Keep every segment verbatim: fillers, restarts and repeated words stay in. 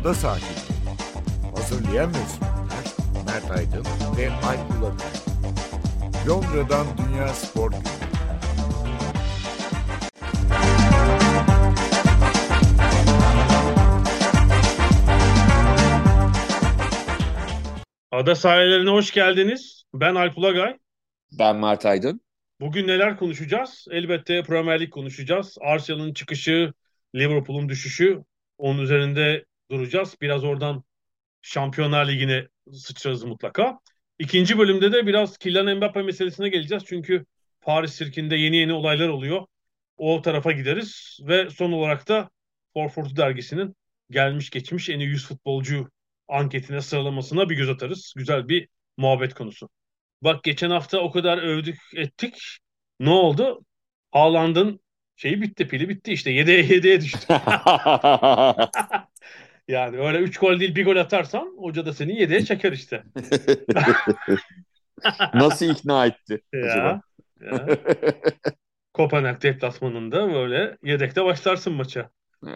Ada sakinleri. Hazırlayan ve sunanlar Mert Aydın ve Alp Ulagay. Londra'dan Dünya Spor Günü. Ada sahillerine hoş geldiniz. Ben Alp Ulagay. Ben Mert Aydın. Bugün neler konuşacağız? Elbette Premier Lig konuşacağız. Arsenal'ın çıkışı, Liverpool'un düşüşü. Onun üzerinde duracağız. Biraz oradan Şampiyonlar Ligi'ne sıçrarız mutlaka. İkinci bölümde de biraz Kylian Mbappe meselesine geleceğiz. Çünkü Paris sirkinde yeni yeni olaylar oluyor. O tarafa gideriz. Ve son olarak da for Forty dergisinin gelmiş geçmiş en iyi yüz futbolcu anketine sıralamasına bir göz atarız. Güzel bir muhabbet konusu. Bak geçen hafta o kadar övdük ettik. Ne oldu? Haaland'ın şeyi bitti, pili bitti işte. yedeğe yedeğe düştü. Yani öyle üç gol değil bir gol atarsan hoca da seni yedeğe çeker işte. Nasıl ikna etti acaba? Ya, ya. Kopenhag deplasmanında böyle yedekte başlarsın maça.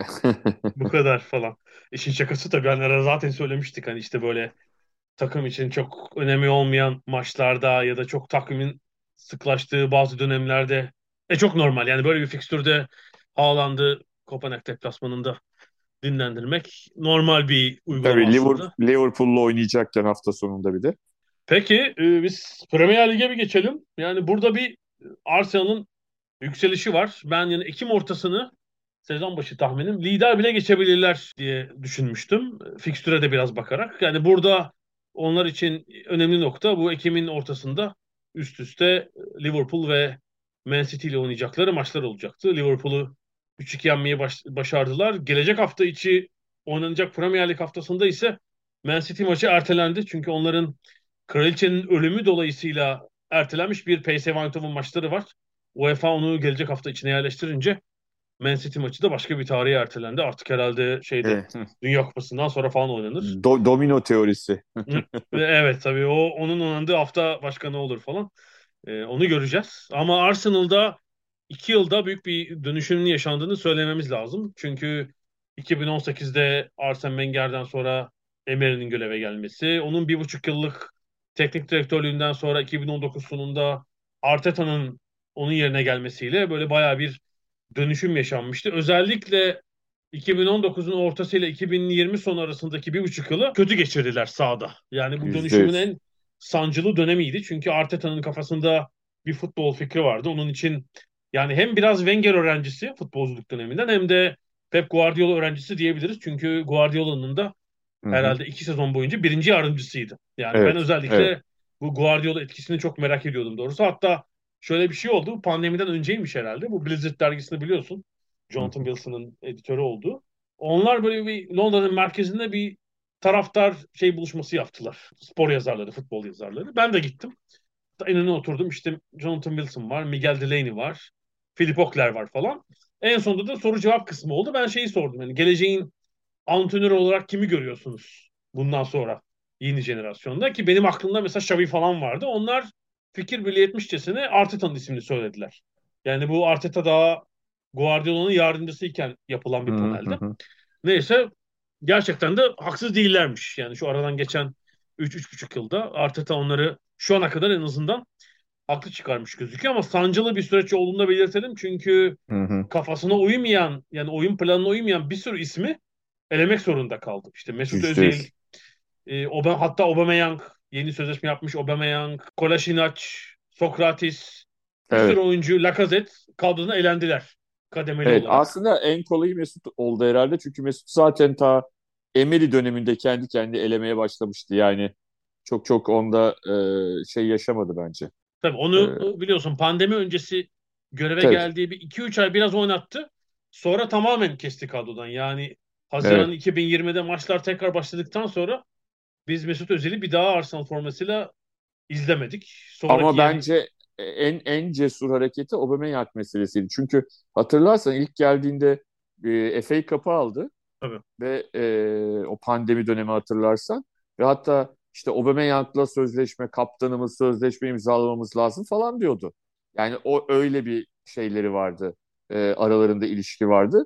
Bu kadar falan. İşin şakası tabii hani zaten söylemiştik hani işte böyle takım için çok önemi olmayan maçlarda ya da çok takvimin sıklaştığı bazı dönemlerde e çok normal yani böyle bir fikstürde Haaland'ı Kopenhag deplasmanında dinlendirmek normal bir uygulama Tabii Liverpool, aslında. Liverpool'la oynayacakken hafta sonunda bir de. Peki e, biz Premier Lig'e bir geçelim. Yani burada bir Arsenal'ın yükselişi var. Ben yani Ekim ortasını sezon başı tahminim lider bile geçebilirler diye düşünmüştüm. Fikstüre de biraz bakarak. Yani burada onlar için önemli nokta bu Ekim'in ortasında üst üste Liverpool ve Man City ile oynayacakları maçlar olacaktı. Liverpool'u üç iki yenmeyi baş- başardılar. Gelecek hafta içi oynanacak Premier Lig haftasında ise Man City maçı ertelendi. Çünkü onların Kraliçenin ölümü dolayısıyla ertelenmiş bir P S V Eindhoven maçları var. UEFA onu gelecek hafta içine yerleştirince Man City maçı da başka bir tarihe ertelendi. Artık herhalde şeyde Evet. Dünya Kupası'ndan sonra falan oynanır. Do- domino teorisi. Hı. Evet tabii o onun oynandığı hafta başka ne olur falan. Ee, onu göreceğiz. Ama Arsenal'da iki yılda büyük bir dönüşümün yaşandığını söylememiz lazım. Çünkü iki bin on sekizde Arsene Wenger'den sonra Emery'nin göreve gelmesi, onun bir buçuk yıllık teknik direktörlüğünden sonra iki bin on dokuz sonunda Arteta'nın onun yerine gelmesiyle böyle bayağı bir dönüşüm yaşanmıştı. Özellikle iki bin on dokuzun ortasıyla iki bin yirmi son arasındaki bir buçuk yılı kötü geçirdiler sahada. Yani bu Yüzde dönüşümün yüz. en sancılı dönemiydi. Çünkü Arteta'nın kafasında bir futbol fikri vardı. Onun için yani hem biraz Wenger öğrencisi futbolculuk döneminden hem de Pep Guardiola öğrencisi diyebiliriz. Çünkü Guardiola'nın da Hı hı. herhalde iki sezon boyunca birinci yardımcısıydı. Yani ben Evet, evet. özellikle bu Guardiola etkisini çok merak ediyordum doğrusu. Hatta şöyle bir şey oldu. Pandemiden önceymiş herhalde. Bu Blizzard dergisini biliyorsun. Hı Jonathan hı. Wilson'ın editörü olduğu. Onlar böyle bir Londra'nın merkezinde bir taraftar şey buluşması yaptılar. Spor yazarları, futbol yazarları. Ben de gittim. En önüne oturdum. İşte Jonathan Wilson var, Miguel Delaney var, Philip Oakler var falan. En sonunda da soru cevap kısmı oldu. Ben şeyi sordum. Yani geleceğin antrenör olarak kimi görüyorsunuz bundan sonra yeni jenerasyonda ki benim aklımda mesela Xavi falan vardı. Onlar fikir birliği etmişçesine Arteta'nın ismini söylediler. Yani bu Arteta daha Guardiola'nın yardımcısıyken yapılan bir Hı hı paneldi. hı. Neyse gerçekten de haksız değillermiş. Yani şu aradan geçen üç üç buçuk yılda Arteta onları şu ana kadar en azından haklı çıkarmış gözüküyor ama sancılı bir süreç olduğunu da belirtelim. Çünkü Hı hı. kafasına uymayan yani oyun planına uymayan bir sürü ismi elemek zorunda kaldı. İşte Mesut Yüzde Özil, yüz. e, Oba, hatta Aubameyang yeni sözleşme yapmış Aubameyang, Kolasinac, Sokratis, bir sürü Evet. oyuncu Lacazette kadrodan elendiler kademeli Evet. olarak. Aslında en kolayı Mesut oldu herhalde. Çünkü Mesut zaten ta Emery döneminde kendi kendi elemeye başlamıştı. Yani çok çok onda e, şey yaşamadı bence. Tabii E, onu e, biliyorsun pandemi öncesi göreve tabii. geldiği bir iki üç ay biraz oynattı. Sonra tamamen kesti kadrodan. Yani Haziran Evet. iki bin yirmide maçlar tekrar başladıktan sonra biz Mesut Özil'i bir daha Arsenal formasıyla izlemedik. Sonraki Ama yani bence en en cesur hareketi Aubameyang meselesiydi. Çünkü hatırlarsan ilk geldiğinde e, F A Cup'ı aldı tabii. ve e, o pandemi dönemi hatırlarsan ve hatta işte Aubameyang'la sözleşme, kaptanımız sözleşme imzalamamız lazım falan diyordu. Yani o öyle bir şeyleri vardı. E, aralarında ilişki vardı.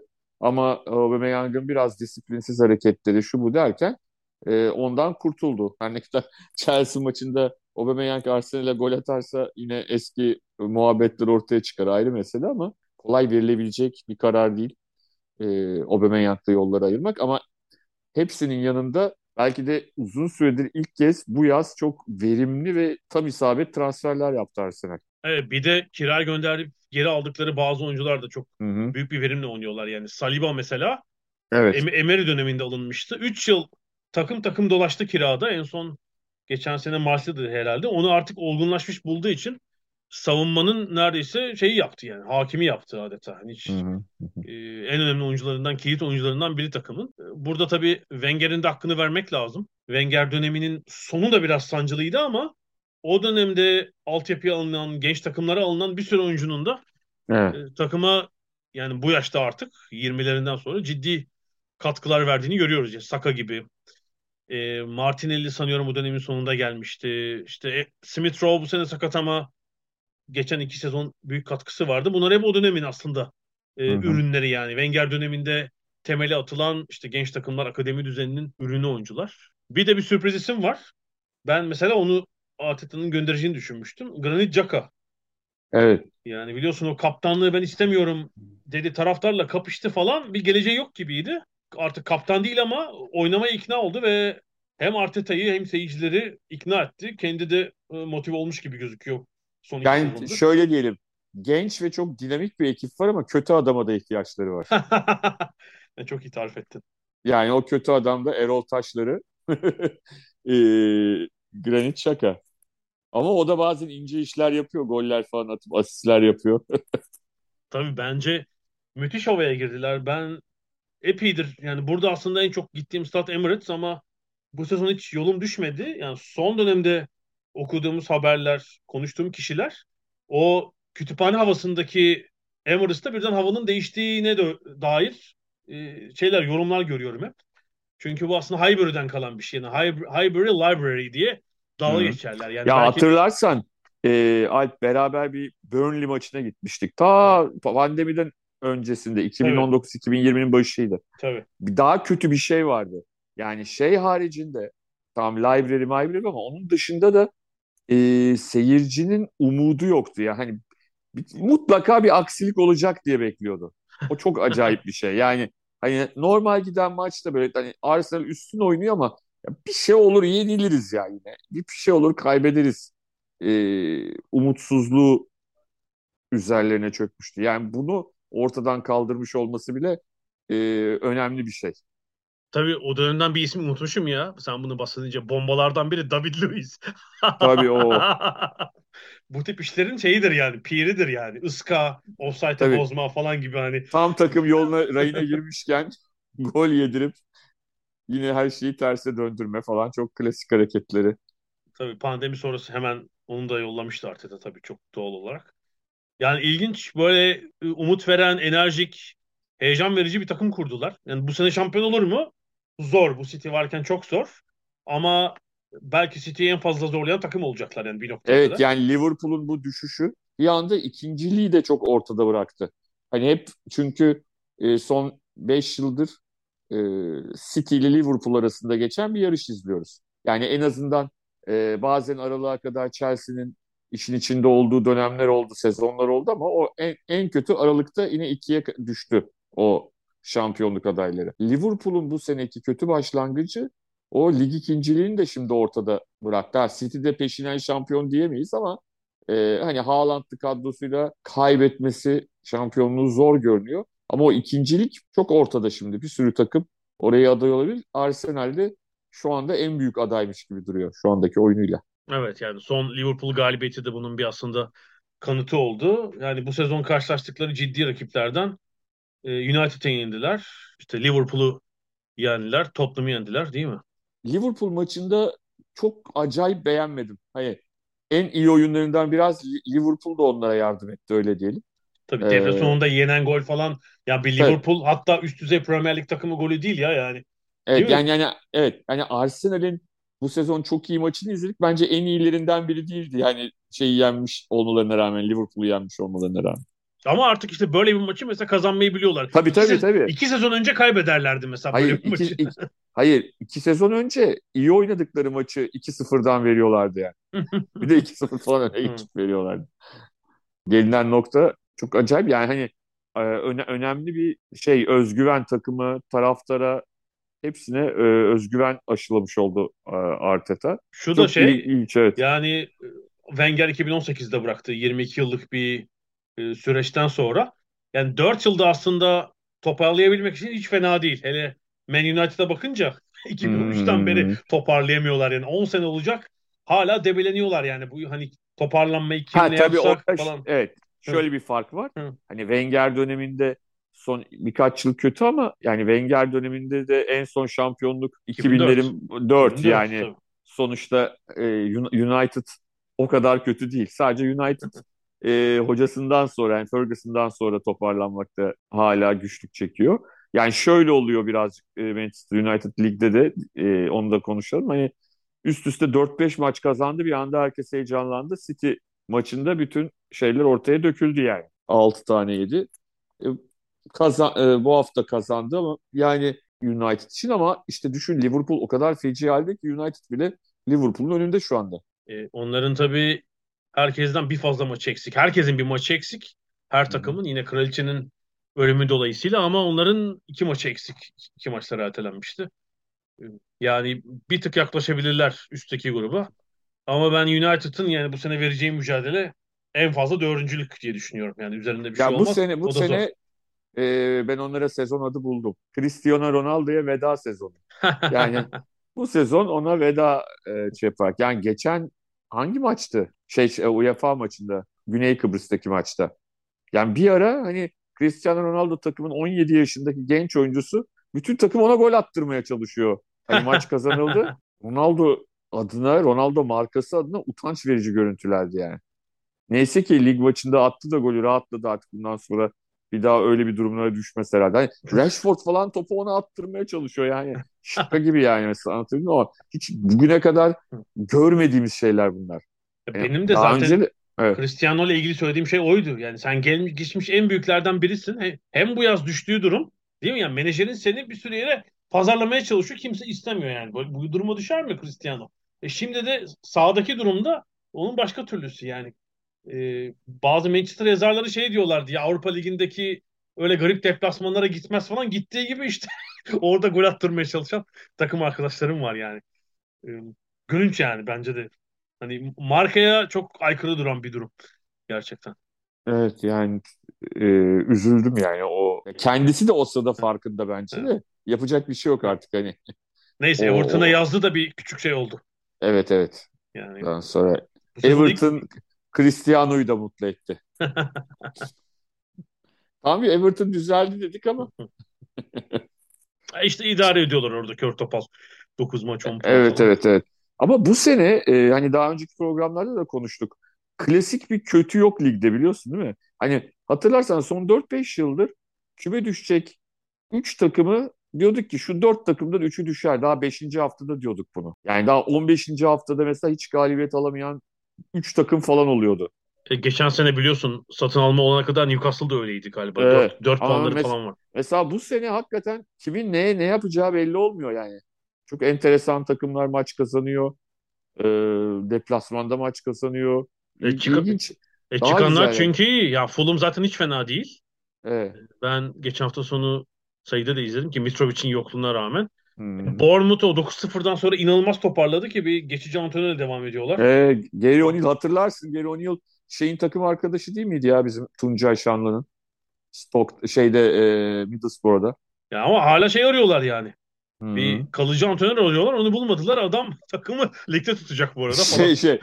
Ama Aubameyang'ın biraz disiplinsiz hareketleri şu bu derken e, ondan kurtuldu. Her ne kadar Chelsea maçında Aubameyang Arsenal'e gol atarsa yine eski muhabbetler ortaya çıkar, ayrı mesele, ama kolay verilebilecek bir karar değil e, Aubameyang'la yolları ayırmak. Ama hepsinin yanında belki de uzun süredir ilk kez bu yaz çok verimli ve tam isabet transferler yaptı Arsenal. Evet, bir de kira gönderip geri aldıkları bazı oyuncular da çok Hı hı. büyük bir verimle oynuyorlar. Yani Saliba mesela Evet. Em- Emery döneminde alınmıştı. Üç yıl takım takım dolaştı kirada. En son geçen sene Marsilya'da herhalde. Onu artık olgunlaşmış bulduğu için savunmanın neredeyse şeyi yaptı yani. Hakimi yaptı adeta. Hani Hı hiç, hı. e, en önemli oyuncularından, kilit oyuncularından biri takımın. E, Burada tabii Wenger'in de hakkını vermek lazım. Wenger döneminin sonu da biraz sancılıydı ama o dönemde altyapıya alınan, genç takımlara alınan bir sürü oyuncunun da Evet. e, takıma yani bu yaşta artık yirmilerinden sonra ciddi katkılar verdiğini görüyoruz. Yani Saka gibi. E, Martinelli sanıyorum bu dönemin sonunda gelmişti. İşte e, Smith Rowe bu sene sakat ama geçen iki sezon büyük katkısı vardı. Bunlar hep o dönemin aslında e, Hı hı. ürünleri yani. Wenger döneminde temeli atılan işte genç takımlar akademi düzeninin ürünü oyuncular. Bir de bir sürpriz isim var. Ben mesela onu Arteta'nın göndereceğini düşünmüştüm. Granit Xhaka. Evet. Yani biliyorsun o kaptanlığı ben istemiyorum dedi, taraftarla kapıştı falan. Bir geleceği yok gibiydi. Artık kaptan değil ama oynamaya ikna oldu ve hem Arteta'yı hem seyircileri ikna etti. Kendi de e, motive olmuş gibi gözüküyor son iki Yani sezondur. şöyle diyelim. Genç ve çok dinamik bir ekip var ama kötü adama da ihtiyaçları var. Çok iyi tarif ettin. Yani o kötü adam da Erol Taşları, e, Granit Xhaka. Ama o da bazen ince işler yapıyor. Goller falan atıp asistler yapıyor. Tabii bence müthiş havaya girdiler. Ben epeydir yani burada aslında en çok gittiğim stat Emirates ama bu sezon hiç yolum düşmedi. Yani son dönemde okuduğumuz haberler, konuştuğum kişiler o kütüphane havasındaki Emirates'ta birden havanın değiştiğine de dair e, şeyler, yorumlar görüyorum hep. Çünkü bu aslında Highbury'den kalan bir şey. Yani High- Highbury Library diye dalga Hı. geçerler. Yani Ya belki hatırlarsan e, Alp, beraber bir Burnley maçına gitmiştik. evet, Ta pandemiden öncesinde tabii, iki bin on dokuz iki bin yirminin başıydı. tabii. Bir daha kötü bir şey vardı. Yani şey haricinde tam library library ama onun dışında da e, seyircinin umudu yoktu ya. Hani bir- mutlaka bir aksilik olacak diye bekliyordu. O çok acayip bir şey. Yani hani normal giden maçta böyle hani Arsenal üstün oynuyor ama ya bir şey olur yeniliriz ya yine. Bir şey olur kaybederiz. E, umutsuzluğu üzerlerine çökmüştü. Yani bunu ortadan kaldırmış olması bile e, önemli bir şey. Tabii o dönemden bir isim unutmuşum ya. Sen bunu bahsedince bombalardan biri David Luiz. Tabii o. Bu tip işlerin şeyidir yani, piridir yani. Iska, offside'ı Tabii bozma falan gibi hani. tam takım yoluna rayına girmişken gol yedirip yine her şeyi terse döndürme falan çok klasik hareketleri. Tabii pandemi sonrası hemen onu da yollamıştı Arteta tabii, çok doğal olarak. Yani ilginç, böyle e, umut veren, enerjik, heyecan verici bir takım kurdular. Yani bu sene şampiyon olur mu? Zor. Bu City varken çok zor. Ama belki City'yi en fazla zorlayan takım olacaklar yani bir noktaya Evet, kadar. yani Liverpool'un bu düşüşü bir anda ikinciliği de çok ortada bıraktı. Hani hep çünkü e, son beş yıldır e, City ile Liverpool arasında geçen bir yarış izliyoruz. Yani en azından e, bazen aralığa kadar Chelsea'nin işin içinde olduğu dönemler oldu, sezonlar oldu ama o en, en kötü aralıkta yine ikiye düştü o şampiyonluk adayları. Liverpool'un bu seneki kötü başlangıcı o lig ikinciliğini de şimdi ortada bıraktı. Ha, City'de peşinen şampiyon diyemeyiz ama e, hani Haaland'lı kadrosuyla kaybetmesi şampiyonluğu zor görünüyor. Ama o ikincilik çok ortada şimdi. Bir sürü takım oraya aday olabilir. Arsenal de şu anda en büyük adaymış gibi duruyor şu andaki oyunuyla. Evet, yani son Liverpool galibiyeti de bunun bir aslında kanıtı oldu. Yani bu sezon karşılaştıkları ciddi rakiplerden e, United'ı yendiler. İşte Liverpool'u yendiler. Tottenham'ı yendiler değil mi? Liverpool maçında çok acayip beğenmedim. Hani en iyi oyunlarından biraz Liverpool da onlara yardım etti, öyle diyelim. Tabii devre Ee, sonunda yenen gol falan. Ya bir tabii. Liverpool hatta üst düzey Premier Lig takımı golü değil ya yani. Değil Evet mi? yani yani evet yani Arsenal'in bu sezon çok iyi maçını izledik. Bence en iyilerinden biri değildi. Yani şeyi yenmiş olmalarına rağmen, Liverpool'u yenmiş olmalarına rağmen. Ama artık işte böyle bir maçı mesela kazanmayı biliyorlar. Tabii İki, tabii se- tabii. iki sezon önce kaybederlerdi mesela böyle Hayır bir iki, maçı. iki hayır iki sezon önce iyi oynadıkları maçı iki sıfırdan veriyorlardı yani. Bir de iki sıfır falan öne Hı. geçip veriyorlardı. Gelinen nokta çok acayip yani hani e, öne- önemli bir şey, özgüven takımı, taraftara hepsine e, özgüven aşılamış oldu e, Arteta. Şu da Çok iyi, şey iyi evet. yani e, Wenger iki bin on sekizde bıraktı yirmi iki yıllık bir e, süreçten sonra. Yani dört yılda aslında toparlayabilmek için hiç fena değil. Hele Man United'a bakınca iki bin on üçten beri Hmm. toparlayamıyorlar yani on sene olacak hala debeleniyorlar yani bu hani toparlanmayı Ha kimle tabii yapsak orada ş- falan. evet Hı, şöyle bir fark var. hı. Hani Wenger döneminde son birkaç yıl kötü ama yani Wenger döneminde de en son şampiyonluk iki bin dört. iki binlerin dört iki bin dört yani tabii. sonuçta e, Un- United o kadar kötü değil. Sadece United e, hocasından sonra yani Ferguson'dan sonra toparlanmakta hala güçlük çekiyor. Yani şöyle oluyor birazcık e, Manchester United ligde de e, onu da konuşalım. Hani üst üste dört beş maç kazandı. Bir anda herkes heyecanlandı. City maçında bütün şeyler ortaya döküldü yani. Altı tane yedi. E, kazan, e, bu hafta kazandı ama yani United için ama işte düşün Liverpool o kadar feci halde ki United bile Liverpool'un önünde şu anda. E, onların tabii herkesten bir fazla maç eksik. Herkesin bir maçı eksik. Her Hı hı. takımın yine kraliçenin ölümü dolayısıyla ama onların iki maçı eksik. İki maçları ertelenmişti. E, Yani bir tık yaklaşabilirler üstteki gruba. Ama ben United'ın yani bu sene vereceği mücadele en fazla dördüncülük diye düşünüyorum. Yani üzerinde bir şey Ya bu olmaz. sene bu O da zor. sene e, ben onlara sezon adı buldum. Cristiano Ronaldo'ya veda sezonu. Yani bu sezon ona veda e, şey yapar. Yani geçen hangi maçtı? Şey e, UEFA maçında, Güney Kıbrıs'taki maçta. Yani bir ara hani Cristiano Ronaldo takımın on yedi yaşındaki genç oyuncusu bütün takım ona gol attırmaya çalışıyor. Hani maç kazanıldı. Ronaldo adına, Ronaldo markası adına utanç verici görüntülerdi yani. Neyse ki lig maçında attı da golü rahatladı artık bundan sonra bir daha öyle bir durumlara düşmez herhalde. Hani Rashford falan topu ona attırmaya çalışıyor yani. Şaka gibi yani mesela anlatabildim mi? Ama hiç bugüne kadar görmediğimiz şeyler bunlar. Yani Benim de daha önce zaten de evet. Cristiano ile ilgili söylediğim şey oydu. Yani sen gelmiş geçmiş en büyüklerden birisin. He- Hem bu yaz düştüğü durum, değil mi? Yani menajerin seni bir süre yere pazarlamaya çalışıyor. Kimse istemiyor yani. Bu, bu duruma düşer mi Cristiano? E şimdi de sahadaki durumda onun başka türlüsü yani. E, bazı Manchester yazarları şey diyorlardı ya Avrupa Ligi'ndeki öyle garip deplasmanlara gitmez falan. Gittiği gibi işte orada gol attırmaya çalışan takım arkadaşlarım var yani. E, Gülünç yani bence de. Hani markaya çok aykırı duran bir durum gerçekten. Evet yani e, üzüldüm yani o kendisi de o sırada farkında bence Evet. de yapacak bir şey yok Evet. artık hani Neyse o, Everton'a o yazdı da bir küçük şey oldu. evet evet Yani ondan sonra bu sezon ilk Everton Cristiano'yu da mutlu etti. Tam bir Everton düzeldi dedik ama işte idare ediyorlar orada kör topal. dokuz maç on puan evet falan. evet evet ama bu sene e, hani daha önceki programlarda da konuştuk. Klasik bir kötü yok ligde biliyorsun değil mi? Hani hatırlarsan son dört beş yıldır küme düşecek üç takımı diyorduk ki şu dört takımdan üçü düşer. Daha beşinci haftada diyorduk bunu. Yani daha on beşinci haftada mesela hiç galibiyet alamayan üç takım falan oluyordu. E, geçen sene biliyorsun satın alma olana kadar Newcastle da öyleydi galiba. Ee, Dört dört ama puanları mes- falan var. mesela bu sene hakikaten kimin neye ne yapacağı belli olmuyor yani. Çok enteresan takımlar maç kazanıyor. Ee, deplasmanda maç kazanıyor. E, İl- çık İlginç. e, Daha çıkanlar güzel yani. çünkü iyi. Ya Fulham zaten hiç fena değil. Evet. Ben geçen hafta sonu sayıda da izledim ki Mitrovic'in yokluğuna rağmen. Hmm. Bournemouth o dokuz sıfırdan sonra inanılmaz toparladı ki bir geçici antrenörle devam ediyorlar. Ee, Gary O'Neill hatırlarsın. Gary O'Neill şeyin takım arkadaşı değil miydi ya bizim Tuncay Şanlı'nın? Stock şeyde e, Middlesbrough'da. Ya ama hala şey arıyorlar yani. Hı. Bir kalıcı antrenör arıyorlar. Onu bulmadılar. Adam takımı ligde tutacak bu arada falan. Şey şey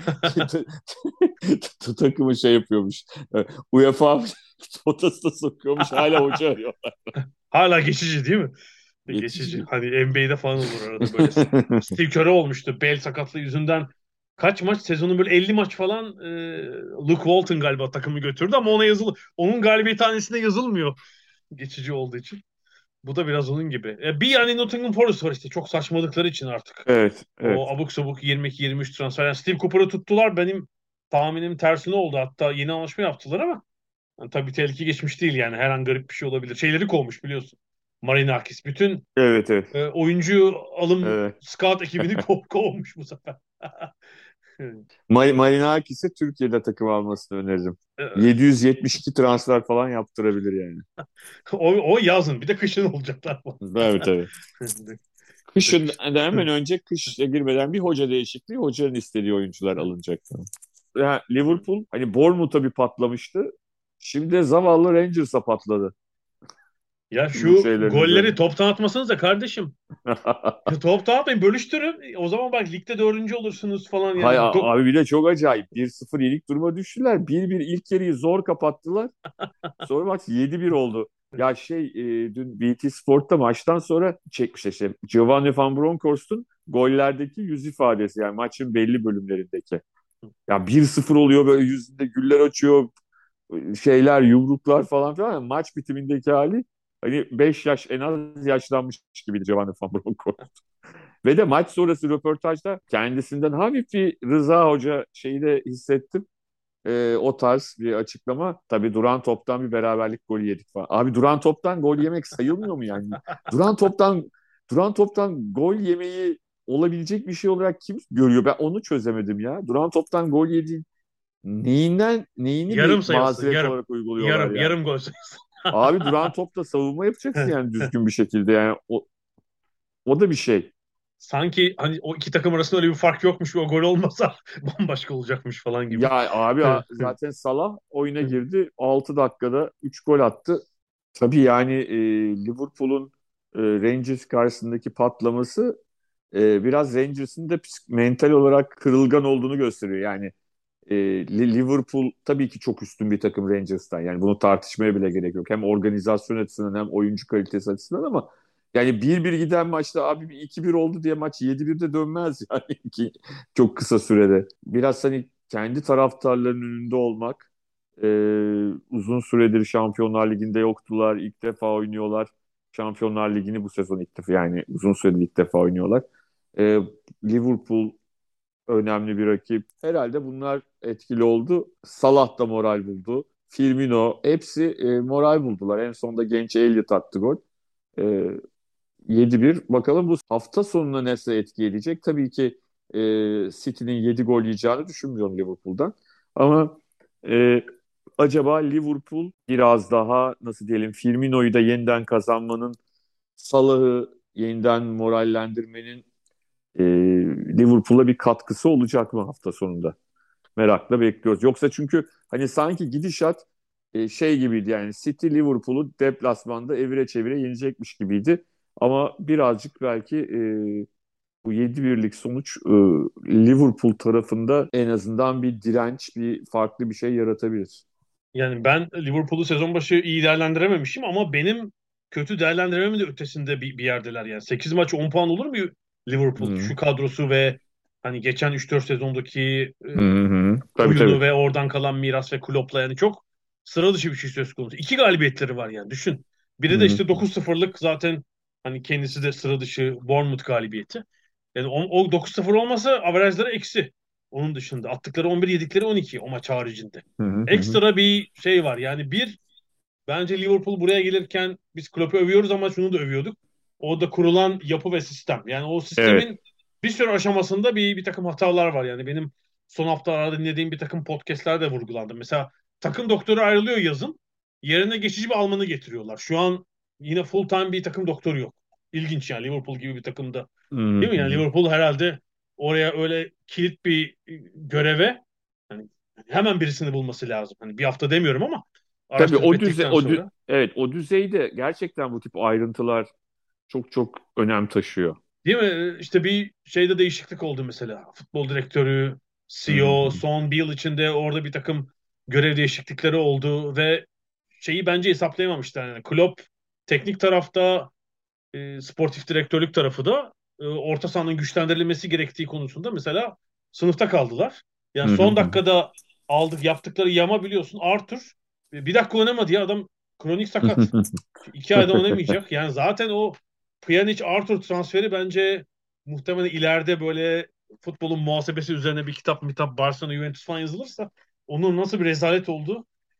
takımı şey yapıyormuş. E, UEFA potasına sokuyormuş hala hoca arıyor. Hala geçici değil mi? Geçici. Geçici. Hani N B A'de falan olur arada böyle. Steve Kerr olmuştu. Bel sakatlığı yüzünden kaç maç sezonun böyle elli maç falan e, Luke Walton galiba takımı götürdü ama ona yazılı onun galibiyet hanesine yazılmıyor geçici olduğu için. Bu da biraz onun gibi. E, bir yani Nottingham Forest var işte çok saçmalıkları için artık. Evet, O evet. abuk sabuk yirmi iki yirmi üç transfer. Yani Steve Cooper'ı tuttular. Benim tahminim tersine oldu. Hatta yeni anlaşma yaptılar ama Yani tabii tehlike geçmiş değil yani. Her an garip bir şey olabilir. Şeyleri kovmuş biliyorsun. Marinakis. Bütün Evet, evet. e, oyuncu alım Evet. scout ekibini kov kovmuş bu sefer. Mar- Marinakis'e Türkiye'de takım almasını öneririm. E, yedi yüz yetmiş iki transfer falan yaptırabilir yani. o, o yazın. Bir de kışın olacaklar bu. Evet, evet. Kışın da hemen önce kışa girmeden bir hoca değişikliği, hocanın istediği oyuncular alınacak. Ya Liverpool hani Bournemouth'a bir patlamıştı. Şimdi de zavallı Rangers'a patladı Ya bu şu şeylerin golleri üzerine. toptan atmasanız da kardeşim. Ya toptan atmayın, bölüştürün. O zaman bak ligde dördüncü olursunuz falan Hay yani. Do- abi, bir de çok acayip. bir sıfır yenik duruma düştüler. bir bir ilk yarıyı zor kapattılar. Sonra maç yedi bir oldu. Ya şey e, dün B T Sport'ta maçtan sonra çekmiş işte Giovanni Van Bronckhorst'un gollerdeki yüz ifadesi, yani maçın belli bölümlerindeki. Ya bir sıfır oluyor, böyle yüzünde güller açıyor, şeyler, yumruklar falan filan. Yani maç bitimindeki hali hani beş yaş en az yaşlanmış gibiydi Giovanni Van Bronckhorst. Ve de maç sonrası röportajda kendisinden hafif bir Rıza Hoca şeyi de hissettim. Ee, o tarz bir açıklama. Tabii duran toptan bir beraberlik golü yedik falan. Abi duran toptan gol yemek sayılmıyor mu yani? Duran toptan duran toptan gol yemeyi olabilecek bir şey olarak kim görüyor? Ben onu çözemedim ya. Duran toptan gol yediğin neyinden neyini bir Yarım sayılsın, mazeret yarım. olarak uyguluyorlar Yarım, yani. yarım gol sayılsın. Abi duran topta savunma yapacaksın yani düzgün bir şekilde, yani o, o da bir şey. Sanki hani o iki takım arasında öyle bir fark yokmuş ve o gol olmasa bambaşka olacakmış falan gibi. Ya abi, a- zaten Salah oyuna girdi. altı dakikada üç gol attı. Tabii yani e, Liverpool'un e, Rangers karşısındaki patlaması e, biraz Rangers'ın da psik- mental olarak kırılgan olduğunu gösteriyor. Yani e, Li- Liverpool tabii ki çok üstün bir takım Rangers'tan. Yani bunu tartışmaya bile gerek yok. Hem organizasyon açısından hem oyuncu kalitesi açısından, ama yani bir bir giden maçta abi bir iki bir oldu diye maç yedi birde dönmez yani ki çok kısa sürede. Biraz hani kendi taraftarlarının önünde olmak, e, uzun süredir Şampiyonlar Ligi'nde yoktular. İlk defa oynuyorlar. Şampiyonlar Ligi'ni bu sezon ilk defa, yani uzun süredir ilk defa oynuyorlar. E, Liverpool önemli bir rakip. Herhalde bunlar etkili oldu. Salah da moral buldu. Firmino, hepsi e, moral buldular. En sonunda genç Elliot attı gol. E, yedi bir. Bakalım bu hafta sonuna nasıl etki edecek? Tabii ki e, City'nin yedi gol yiyeceğini düşünmüyorum Liverpool'dan. Ama e, acaba Liverpool biraz daha nasıl diyelim, Firmino'yu da yeniden kazanmanın, Salah'ı yeniden morallendirmenin e, Liverpool'a bir katkısı olacak mı hafta sonunda? Merakla bekliyoruz. Yoksa çünkü hani sanki gidişat e, şey gibiydi, yani City Liverpool'u deplasmanda evire çevire yenecekmiş gibiydi. Ama birazcık belki e, bu yedi birlik sonuç e, Liverpool tarafında en azından bir direnç, bir farklı bir şey yaratabilir. Yani ben Liverpool'u sezon başı iyi değerlendirememişim ama benim kötü değerlendirememin de ötesinde bir, bir yerdeler yani. sekiz maç on puan olur mu Liverpool? Hı Şu kadrosu ve hani geçen üç dört sezondaki e, hı hı. Tabii, oyunu tabii. ve oradan kalan miras ve Klopp'la yani çok sıra dışı bir şey söz konusu. İki galibiyetleri var yani düşün. Hı Biri de hı. işte dokuz sıfırlık zaten hani kendisi de sıra dışı Bournemouth galibiyeti. Yani o, o dokuz sıfır olmasa averajları eksi. Onun dışında attıkları on bir yedikleri on iki o maç haricinde. Hı hı hı. Hı. Ekstra bir şey var. Yani bir bence Liverpool buraya gelirken biz Klopp'u övüyoruz ama şunu da övüyorduk. O da kurulan yapı ve sistem. Yani o Evet. sistemin bir sürü aşamasında bir, bir takım hatalar var. Yani benim son haftalarda dinlediğim bir takım podcastler de vurgulandı. Mesela takım doktoru ayrılıyor yazın. Yerine geçici bir Almanı getiriyorlar. Şu an yine full time bir takım doktoru yok. İlginç yani Liverpool gibi bir takımda. Hı hı Değil mi? Yani hı. Liverpool herhalde oraya öyle kilit bir göreve hani hemen birisini bulması lazım. Hani bir hafta demiyorum ama Tabii araştırıp o düzey ettikten o dü- sonra. evet, o düzeyde gerçekten bu tip ayrıntılar çok çok önem taşıyor. Değil mi? İşte bir şeyde değişiklik oldu mesela. Futbol direktörü, Hı hı C E O, son bir yıl içinde orada bir takım görev değişiklikleri oldu ve şeyi bence hesaplayamamışlar. Yani Klopp teknik tarafta, e, sportif direktörlük tarafı da e, orta sahanın güçlendirilmesi gerektiği konusunda mesela sınıfta kaldılar. Yani hı hı son hı. dakikada aldık yaptıkları yama biliyorsun Arthur e, bir dakika oynamadı ya adam kronik sakat. İki ayda oynamayacak. Yani zaten o Pjanic Arthur transferi bence muhtemelen ileride böyle futbolun muhasebesi üzerine bir kitap mitap Barcelona Juventus falan yazılırsa onun nasıl bir rezalet oldu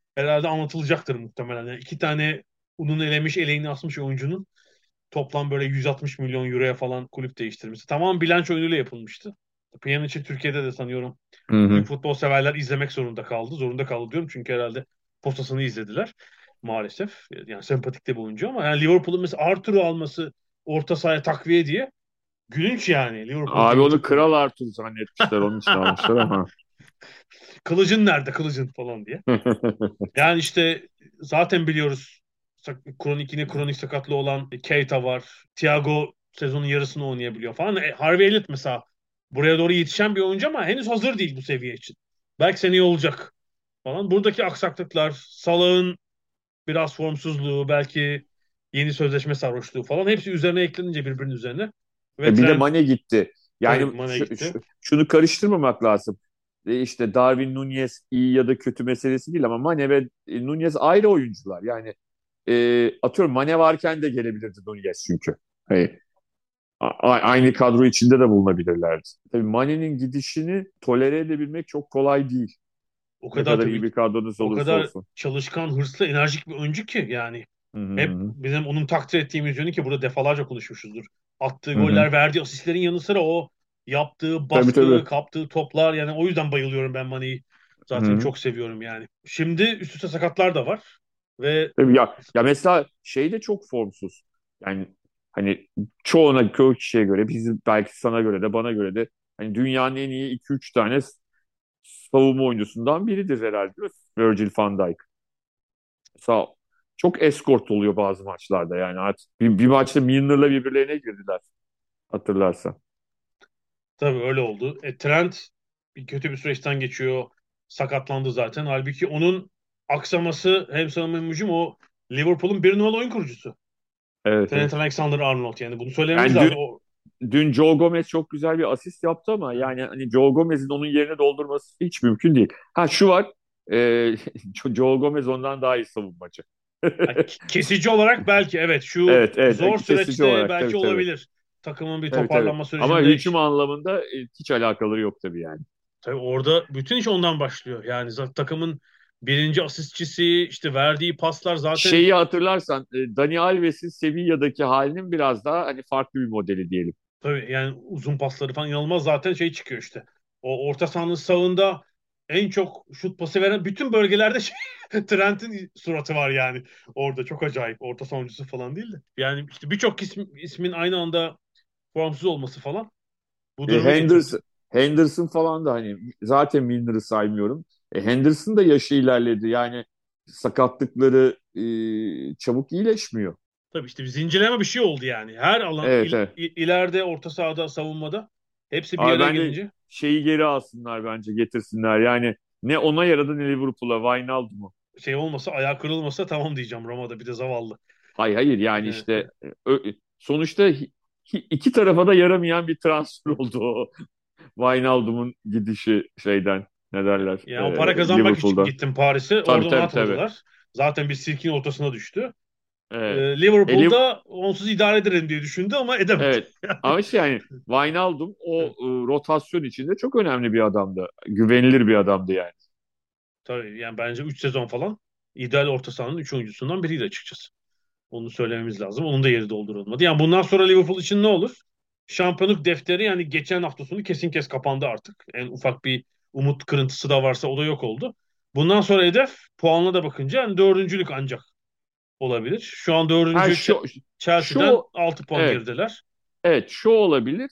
herhalde anlatılacaktır muhtemelen. Yani iki tane ununu elemiş, eleğini asmış oyuncunun toplam böyle yüz altmış milyon euroya falan kulüp değiştirmesi. Tamam, bilanço oyunuyla yapılmıştı. Pjanic Türkiye'de de sanıyorum Hı Türk hı. futbol severler izlemek zorunda kaldı. Zorunda kaldı diyorum çünkü herhalde postasını izlediler maalesef. Yani sempatik de bir oyuncu ama yani Liverpool'un mesela Arthur'u alması orta sahaya takviye diye gülünç yani, Liverpool Abi gibi onu takım. Kral Arthur zannetmişler. Onun için almışlar ama. Kılıcın nerede kılıcın falan diye. Yani işte zaten biliyoruz, sak- kronik yine kronik sakatlı olan Keita var. Thiago sezonun yarısını oynayabiliyor falan. E, Harvey Elliott mesela buraya doğru yetişen bir oyuncu ama henüz hazır değil bu seviye için. Belki seneye olacak falan. Buradaki aksaklıklar, Salah'ın biraz formsuzluğu, belki yeni sözleşme sarhoşluğu falan hepsi üzerine eklenince birbirinin üzerine. Ve E bir de Trent Mane gitti. tabii Yani Mane şu- gitti. şu- şunu karıştırmamak lazım. E işte Darwin Núñez iyi ya da kötü meselesi değil ama Mane ve e, Núñez ayrı oyuncular. Yani e, atıyorum Mane varken de gelebilirdi Núñez çünkü. Hani, a- a- aynı kadro içinde de bulunabilirlerdi. Tabii Mane'nin gidişini tolere edebilmek çok kolay değil. O Ne kadar kadar tabii iyi bir kadronuz o olursa kadar olsun. çalışkan, hırslı, enerjik bir oyuncu ki yani. Hı hı Hep hı. bizim onun takdir ettiğimiz yönü ki burada defalarca konuşmuşuzdur. Attığı Hı hı. goller, verdiği asistlerin yanı sıra o yaptığı Tabii baskı, tabii. kaptığı toplar, yani o yüzden bayılıyorum ben Mane'yi. Hı Zaten hı. çok seviyorum yani. Şimdi üst üste sakatlar da var ve Tabii ya, ya mesela şey de çok formsuz. Yani hani çoğuna, çoğu kişiye göre, bizim belki sana göre de bana göre de hani dünyanın en iyi iki üç tane savunma oyuncusundan biridir herhalde. Virgil van Dijk. Mesela çok eskort oluyor bazı maçlarda yani. Artık bir, bir maçta Milner'la birbirlerine girdiler hatırlarsan. tabii öyle oldu. E, Trent bir kötü bir süreçten geçiyor. Sakatlandı zaten. Halbuki onun aksaması hem savunma hem hücum, o Liverpool'un bir numaralı oyun kurucusu. Evet, Trent evet. Alexander-Arnold, yani bunu söylememiz Yani dün, lazım. O dün Joe Gomez çok güzel bir asist yaptı ama yani hani Joe Gomez'in onun yerine doldurması hiç mümkün değil. Ha şu var, e, Joe Gomez ondan daha iyi savunmacı. Ha, k- kesici olarak belki evet, şu Evet, evet. zor Kesici süreçte olarak belki tabii tabii. olabilir. Takımın bir Tabii tabii. toparlanma Ama sürecinde hücum iş- anlamında e, hiç alakaları yok tabii yani. tabii orada bütün iş ondan başlıyor. Yani zaten takımın birinci asistçisi, işte verdiği paslar zaten Şeyi hatırlarsan e, Dani Alves'in Sevilla'daki halinin biraz daha hani farklı bir modeli diyelim. tabii yani uzun pasları falan inanılmaz, zaten şey çıkıyor işte. O orta sahanın sağında en çok şut pası veren bütün bölgelerde şey, Trent'in suratı var yani. Orada çok acayip, orta saha oyuncusu falan değil de. Yani işte birçok ism, ismin aynı anda formsuz olması falan bu E, durumu getirdi. Henderson, Henderson falan da hani zaten Milner'ı saymıyorum. E, Henderson da yaşı ilerledi. Yani sakatlıkları e, çabuk iyileşmiyor. Tabii işte bir zincirleme bir şey oldu yani. Her alan Evet, il- evet. il- ileride, orta sahada, savunmada hepsi bir Abi araya ben de gelince şeyi geri alsınlar bence getirsinler. Yani ne ona yaradı ne Liverpool'a Wijnaldum'u. şey olmasa, ayağı kırılmasa tamam diyeceğim, Roma'da bir de zavallı. Hayır hayır yani Ee, işte e, ö- sonuçta hi- hi- iki tarafa da yaramayan bir transfer oldu o. Wijnaldum'un gidişi şeyden ne derler Yani o para e, kazanmak için Liverpool'dan. gittim Paris'e. Tabii Oradan tabii tabii. atmadılar. Zaten bir sirkin ortasına düştü. Evet. Ee, E, Liv- Liverpool'da onsuz idare ederim diye düşündü ama edemedi. evet. Ama işte yani Wijnaldum o Evet. e, rotasyon içinde çok önemli bir adamdı. Güvenilir bir adamdı yani. Tabii yani bence üç sezon falan ideal orta sahanın üç oyuncusundan biriydi açıkçası. Onu söylememiz lazım. Onun da yeri doldurulmadı. Yani bundan sonra Liverpool için ne olur? Şampiyonluk defteri yani geçen hafta sonu kesin kes kapandı artık. En ufak bir umut kırıntısı da varsa o da yok oldu. Bundan sonra hedef, puanla da bakınca yani dördüncülük ancak olabilir. Şu an Ha dördüncü Ch- şu Chelsea'den şu altı puan evet. gerideler. Evet şu olabilir.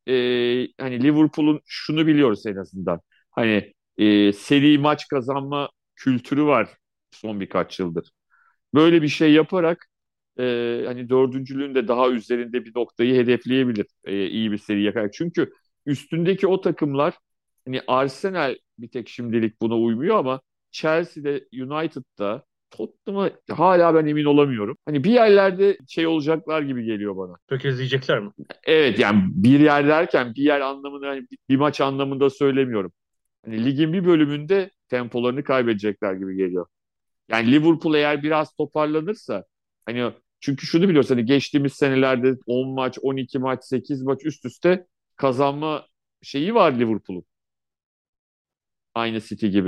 Ee, hani Liverpool'un şunu biliyoruz en azından. Hani e, seri maç kazanma kültürü var son birkaç yıldır. Böyle bir şey yaparak e, hani dördüncülüğün de daha üzerinde bir noktayı hedefleyebilir. E, iyi bir seri yakarak. Çünkü üstündeki o takımlar hani Arsenal bir tek şimdilik buna uymuyor ama Chelsea'de, United'da, Tottenham'a hala ben emin olamıyorum. Hani bir yerlerde şey olacaklar gibi geliyor bana. Tökezleyecekler mi? Evet yani bir yer derken bir yer anlamında hani bir, bir maç anlamında söylemiyorum. Hani ligin bir bölümünde tempolarını kaybedecekler gibi geliyor. Yani Liverpool eğer biraz toparlanırsa hani çünkü şunu biliyoruz hani geçtiğimiz senelerde on maç, on iki maç, sekiz maç üst üste kazanma şeyi var Liverpool'un. Aynı City gibi.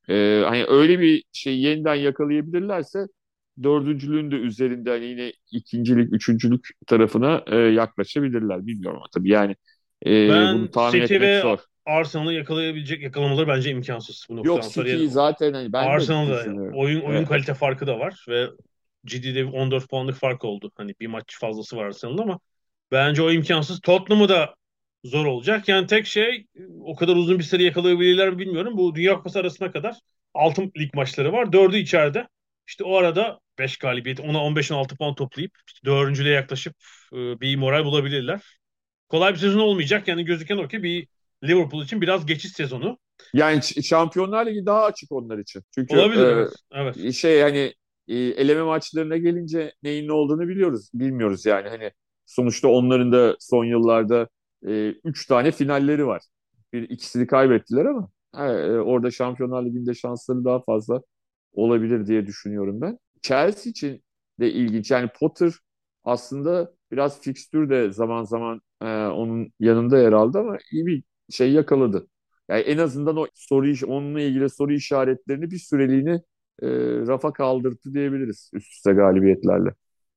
Ee, hani öyle bir şey yeniden yakalayabilirlerse dördüncülüğün de üzerinde hani yine ikincilik, üçüncülük tarafına e, yaklaşabilirler. Bilmiyorum ama tabii yani e, bunu Ben tahmin City etmek ve zor. Arsenal'ı yakalayabilecek yakalamaları bence imkansız bu Yok, noktadan sonra. Yani City'yi zaten hani ben de Arsenal'da düşünüyorum. oyun oyun Evet, kalite farkı da var ve ciddi de bir on dört puanlık fark oldu. Hani bir maç fazlası var Arsenal'ın ama bence o imkansız. Tottenham'ı da zor olacak. Yani tek şey o kadar uzun bir seri yakalayabilirler mi bilmiyorum. Bu Dünya Kupası arasına kadar altı lig maçları var. Dördü içeride. İşte o arada beş galibiyet, ona on beş on altı puan toplayıp işte dördüncülüğe yaklaşıp e, bir moral bulabilirler. Kolay bir sezon olmayacak. Yani gözüken o ki bir Liverpool için biraz geçiş sezonu. yani Ş- Şampiyonlar Ligi daha açık onlar için. Çünkü Olabilir, evet. Evet. e, şey hani e, eleme maçlarına gelince neyin ne olduğunu biliyoruz. Bilmiyoruz yani hani sonuçta onların da son yıllarda e, üç tane finalleri var. Bir ikisini kaybettiler ama ha, e, orada Şampiyonlar Ligi'nde şansları daha fazla olabilir diye düşünüyorum ben. Chelsea için de ilginç. Yani Potter aslında biraz fikstür de zaman zaman e, onun yanında yer aldı ama iyi bir şey yakaladı. Yani en azından o soru iş, onunla ilgili soru işaretlerini bir süreliğine e, rafa kaldırdı diyebiliriz üst üste galibiyetlerle.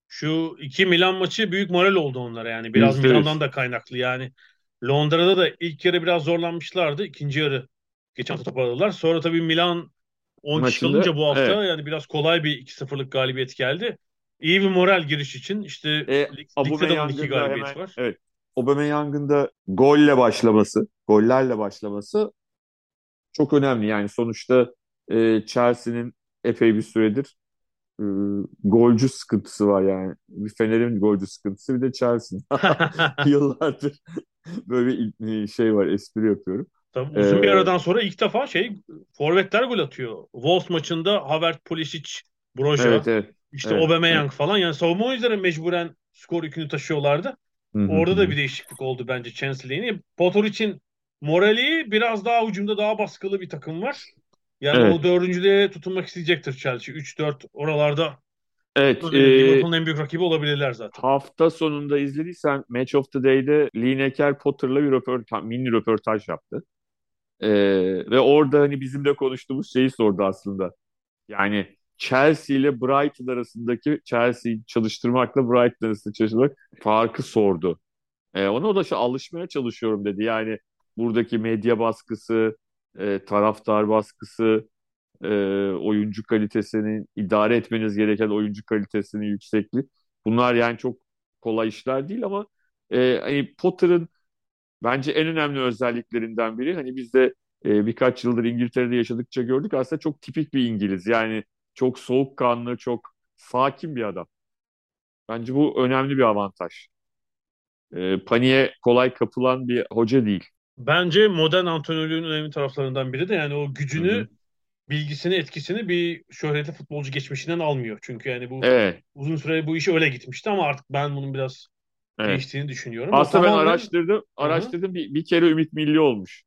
Şu iki Milan maçı büyük moral oldu onlara yani. Biraz Yüzde Milan'dan yüz. da kaynaklı yani. Londra'da da ilk yarı biraz zorlanmışlardı. İkinci yarı geçen hafta toparladılar. Sonra tabii Milan on kişi kalınca Maçında bu hafta evet. yani biraz kolay bir iki sıfırlık galibiyet geldi. İyi bir moral giriş için. İşte E, lig, ligde de onun iki Aubameyang'ın da galibiyeti hemen var. evet. Aubameyang'ın da golle başlaması, gollerle başlaması çok önemli. Yani sonuçta e, Chelsea'nin epey bir süredir e, golcü sıkıntısı var yani. Bir Fener'in golcü sıkıntısı bir de Chelsea'nin. Yıllardır böyle bir şey var, espri yapıyorum. Tabii E, uzun bir aradan sonra ilk defa şey forvetler gol atıyor. Wolves maçında Havertz, Pulisic, evet, Broja, evet, işte evet, evet. Aubameyang falan. Yani savunma oyuncuları mecburen skor yükünü taşıyorlardı. Hı hı Orada da hı. bir değişiklik oldu bence Chancellery'nin. Potter için morali biraz daha hücumda daha baskılı bir takım var. Yani o Evet, dördüncülüğe tutunmak isteyecektir Chelsea. Üç dört oralarda evet. e, E, Liverpool'un en büyük rakibi olabilirler zaten. hafta sonunda izlediysen Match of the Day'de Lineker Potter'la bir röportaj, mini röportaj yaptı. E, ve orada hani bizim de konuştuğumuz şeyi sordu aslında. Yani Chelsea ile Brighton arasındaki Chelsea'yi çalıştırmakla Brighton arasında çalıştırmak farkı sordu. E, ona o da şu alışmaya çalışıyorum dedi. Yani buradaki medya baskısı, e, taraftar baskısı, e, oyuncu kalitesinin, idare etmeniz gereken oyuncu kalitesinin yüksekliği. Bunlar yani çok kolay işler değil ama e, hani Potter'ın bence en önemli özelliklerinden biri hani biz de e, birkaç yıldır İngiltere'de yaşadıkça gördük aslında çok tipik bir İngiliz. Yani çok soğukkanlı, çok sakin bir adam. Bence bu önemli bir avantaj. E, paniğe kolay kapılan bir hoca değil. Bence modern antrenörlüğün önemli taraflarından biri de yani o Hı gücünü hı. bilgisini, etkisini bir şöhretli futbolcu geçmişinden almıyor. Çünkü yani bu Evet, uzun süre bu iş öyle gitmişti ama artık ben bunun biraz evet. değiştiğini düşünüyorum. O Aslında ben tamamen. araştırdım, Hı hı. araştırdım bir, bir kere Ümit Milli olmuş.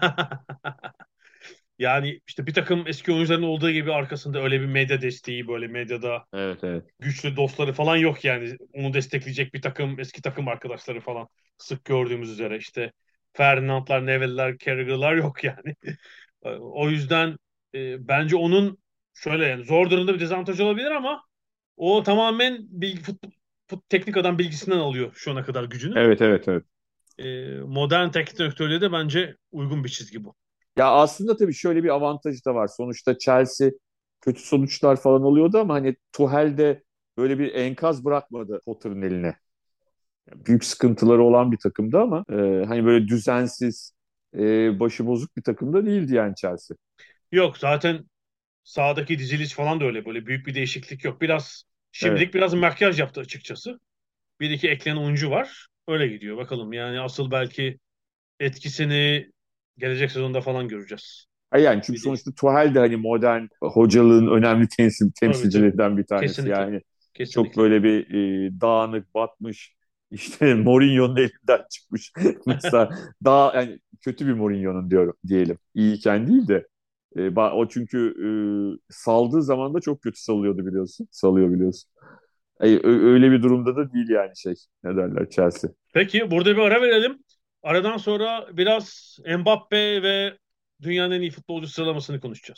Yani işte bir takım eski oyuncuların olduğu gibi arkasında öyle bir medya desteği, böyle medyada Evet, evet. güçlü dostları falan yok yani. Onu destekleyecek bir takım eski takım arkadaşları falan sık gördüğümüz üzere işte Ferdinandlar, Neville'ler, Carragher'lar yok yani. O yüzden e, bence onun şöyle yani zor durumda bir dezavantaj olabilir ama o tamamen bilgi, fut, fut- teknik adam bilgisinden alıyor şu ana kadar gücünü. Evet, evet, evet. E, modern teknik direktörlüğe de bence uygun bir çizgi bu. Ya aslında tabii şöyle bir avantajı da var. Sonuçta Chelsea kötü sonuçlar falan oluyordu ama hani Tuchel de böyle bir enkaz bırakmadı Potter'ın eline. Büyük sıkıntıları olan bir takımdı ama e, hani böyle düzensiz, e, başı bozuk bir takımda değildi yani Chelsea. Yok zaten sahadaki diziliş falan da öyle böyle büyük bir değişiklik yok. Biraz Evet. şimdilik biraz makyaj yaptı açıkçası. Bir iki ekleyen oyuncu var. Öyle gidiyor bakalım. Yani asıl belki etkisini gelecek sezonda falan göreceğiz. Ay yani çünkü Bir de sonuçta Tuchel de hani modern hocalığın önemli temsil, tabii tabii. temsilcilerinden bir tanesi. Kesinlikle. Yani çok Kesinlikle. böyle bir e, dağınık, batmış, işte Mourinho'nun elinden çıkmış. Mesela daha yani kötü bir Mourinho'nun diyorum diyelim. İyiyken değil de e, ba- o çünkü e, saldığı zaman da çok kötü salıyordu biliyorsun. Salıyor biliyorsun. Ay, ö- öyle bir durumda da değil yani şey. Ne derler Chelsea. Peki burada bir ara verelim. Aradan sonra biraz Mbappe ve dünyanın en iyi futbolcu sıralamasını konuşacağız.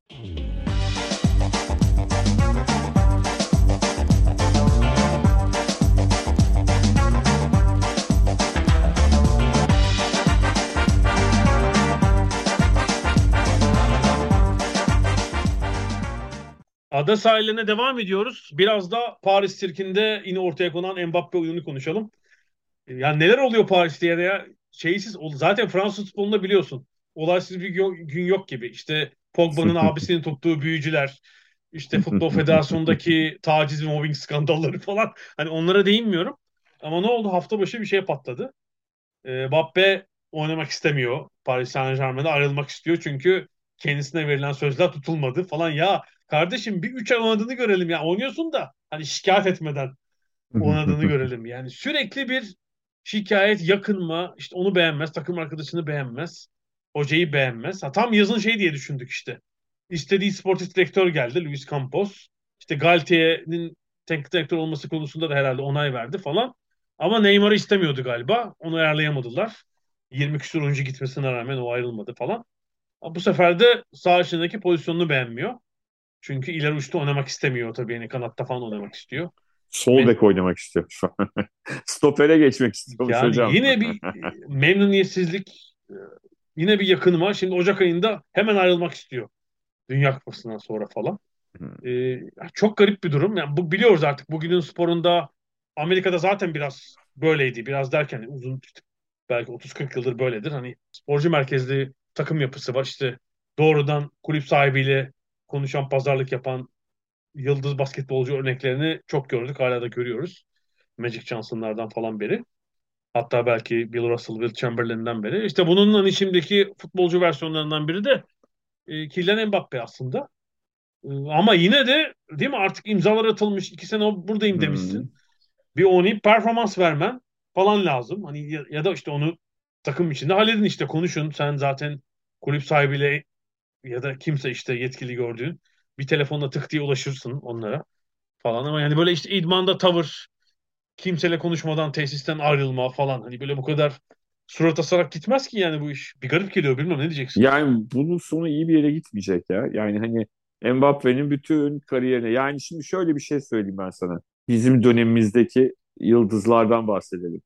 Ada sahiline devam ediyoruz. Biraz da Paris sirkinde yine ortaya konan Mbappe oyunu konuşalım. Yani neler oluyor Paris'te ya da ya şeysiz zaten Fransız futbolunda biliyorsun. Olaysız bir gün gün yok gibi. İşte Pogba'nın abisinin tuttuğu büyücüler, işte Futbol Federasyonu'ndaki taciz ve mobbing skandalları falan. Hani onlara değinmiyorum. Ama ne oldu? Hafta başı bir şey patladı. E, Mbappe oynamak istemiyor. Paris Saint-Germain'de ayrılmak istiyor. Çünkü kendisine verilen sözler tutulmadı falan. Ya kardeşim bir üç ay oynadığını görelim ya. Oynuyorsun da hani şikayet etmeden oynadığını görelim. Yani sürekli bir şikayet, yakınma, işte onu beğenmez, takım arkadaşını beğenmez, hocayı beğenmez. Ha, tam yazın şey diye düşündük işte. İstediği sportif direktör geldi, Luis Campos. İşte Galtier'in teknik direktör olması konusunda da herhalde onay verdi falan. Ama Neymar'ı istemiyordu galiba. Onu ayarlayamadılar. yirmi küsur oyuncu gitmesine rağmen o ayrılmadı falan. Ha, bu sefer de sağ içindeki pozisyonunu beğenmiyor. Çünkü ileri uçta oynamak istemiyor tabii. Yani kanatta falan oynamak istiyor. Sol Men- bek oynamak istiyor şu an. Stopere geçmek istiyormuş Yani hocam. yine bir e, memnuniyetsizlik, e, yine bir yakınma. Şimdi Ocak ayında hemen ayrılmak istiyor. Dünya Kupası'ndan sonra falan. E, çok garip bir durum. Yani bu biliyoruz artık bugünün sporunda Amerika'da zaten biraz böyleydi. Biraz derken uzun işte belki otuz kırk yıldır böyledir. Hani sporcu merkezli takım yapısı var. İşte doğrudan kulüp sahibiyle konuşan, pazarlık yapan yıldız basketbolcu örneklerini çok gördük. Hala da görüyoruz. Magic Johnson'lardan falan beri. Hatta belki Bill Russell, Will Chamberlain'den beri. İşte bunun hani şimdiki futbolcu versiyonlarından biri de e, Kylian Mbappe aslında. E, ama yine de değil mi artık imzalar atılmış. iki sene buradayım Hmm. demişsin. Bir oynayıp performans vermen falan lazım. Hani ya, ya da işte onu takım içinde halledin işte konuşun. Sen zaten kulüp sahibiyle ya da kimse işte yetkili gördüğün bir telefonla tık diye ulaşırsın onlara falan. Ama yani böyle işte idmanda tavır, kimseyle konuşmadan tesisten ayrılma falan. Hani böyle bu kadar surat asarak gitmez ki yani bu iş. Bir garip geliyor bilmem ne diyeceksin. Yani bunun sonu iyi bir yere gitmeyecek ya. Yani hani Mbappe'nin bütün kariyerine. Yani şimdi şöyle bir şey söyleyeyim ben sana. Bizim dönemimizdeki yıldızlardan bahsedelim.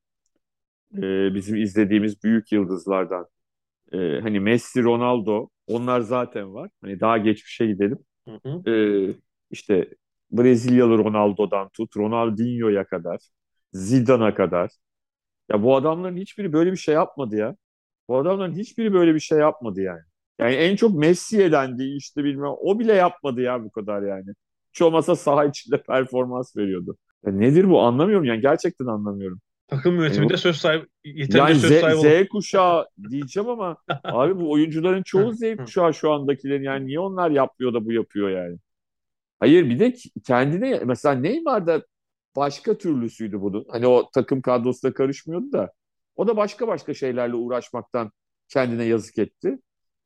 Ee, bizim izlediğimiz büyük yıldızlardan. Ee, hani Messi, Ronaldo, onlar zaten var. Hani daha geçmişe gidelim. Hı hı. Ee, işte Brezilyalı Ronaldo'dan tut, Ronaldinho'ya kadar, Zidane'a kadar. Ya bu adamların hiçbiri böyle bir şey yapmadı ya. Bu adamların hiçbiri böyle bir şey yapmadı yani. Yani en çok Messi'ye dendi işte bilmem. O bile yapmadı ya bu kadar yani. Hiç olmasa saha içinde performans veriyordu. Ya nedir bu anlamıyorum yani gerçekten anlamıyorum. Takım Yani, bu- yönetiminde söz sahibi, yeterince yani söz Z, sahibi olun. Z kuşağı diyeceğim ama abi bu oyuncuların çoğu Hı, Z hı. kuşağı şu andakilerin yani niye onlar yapmıyor da bu yapıyor yani. Hayır bir de kendine mesela Neymar da başka türlüsüydü bunun. Hani o takım kadrosuna karışmıyordu da. O da başka başka şeylerle uğraşmaktan kendine yazık etti.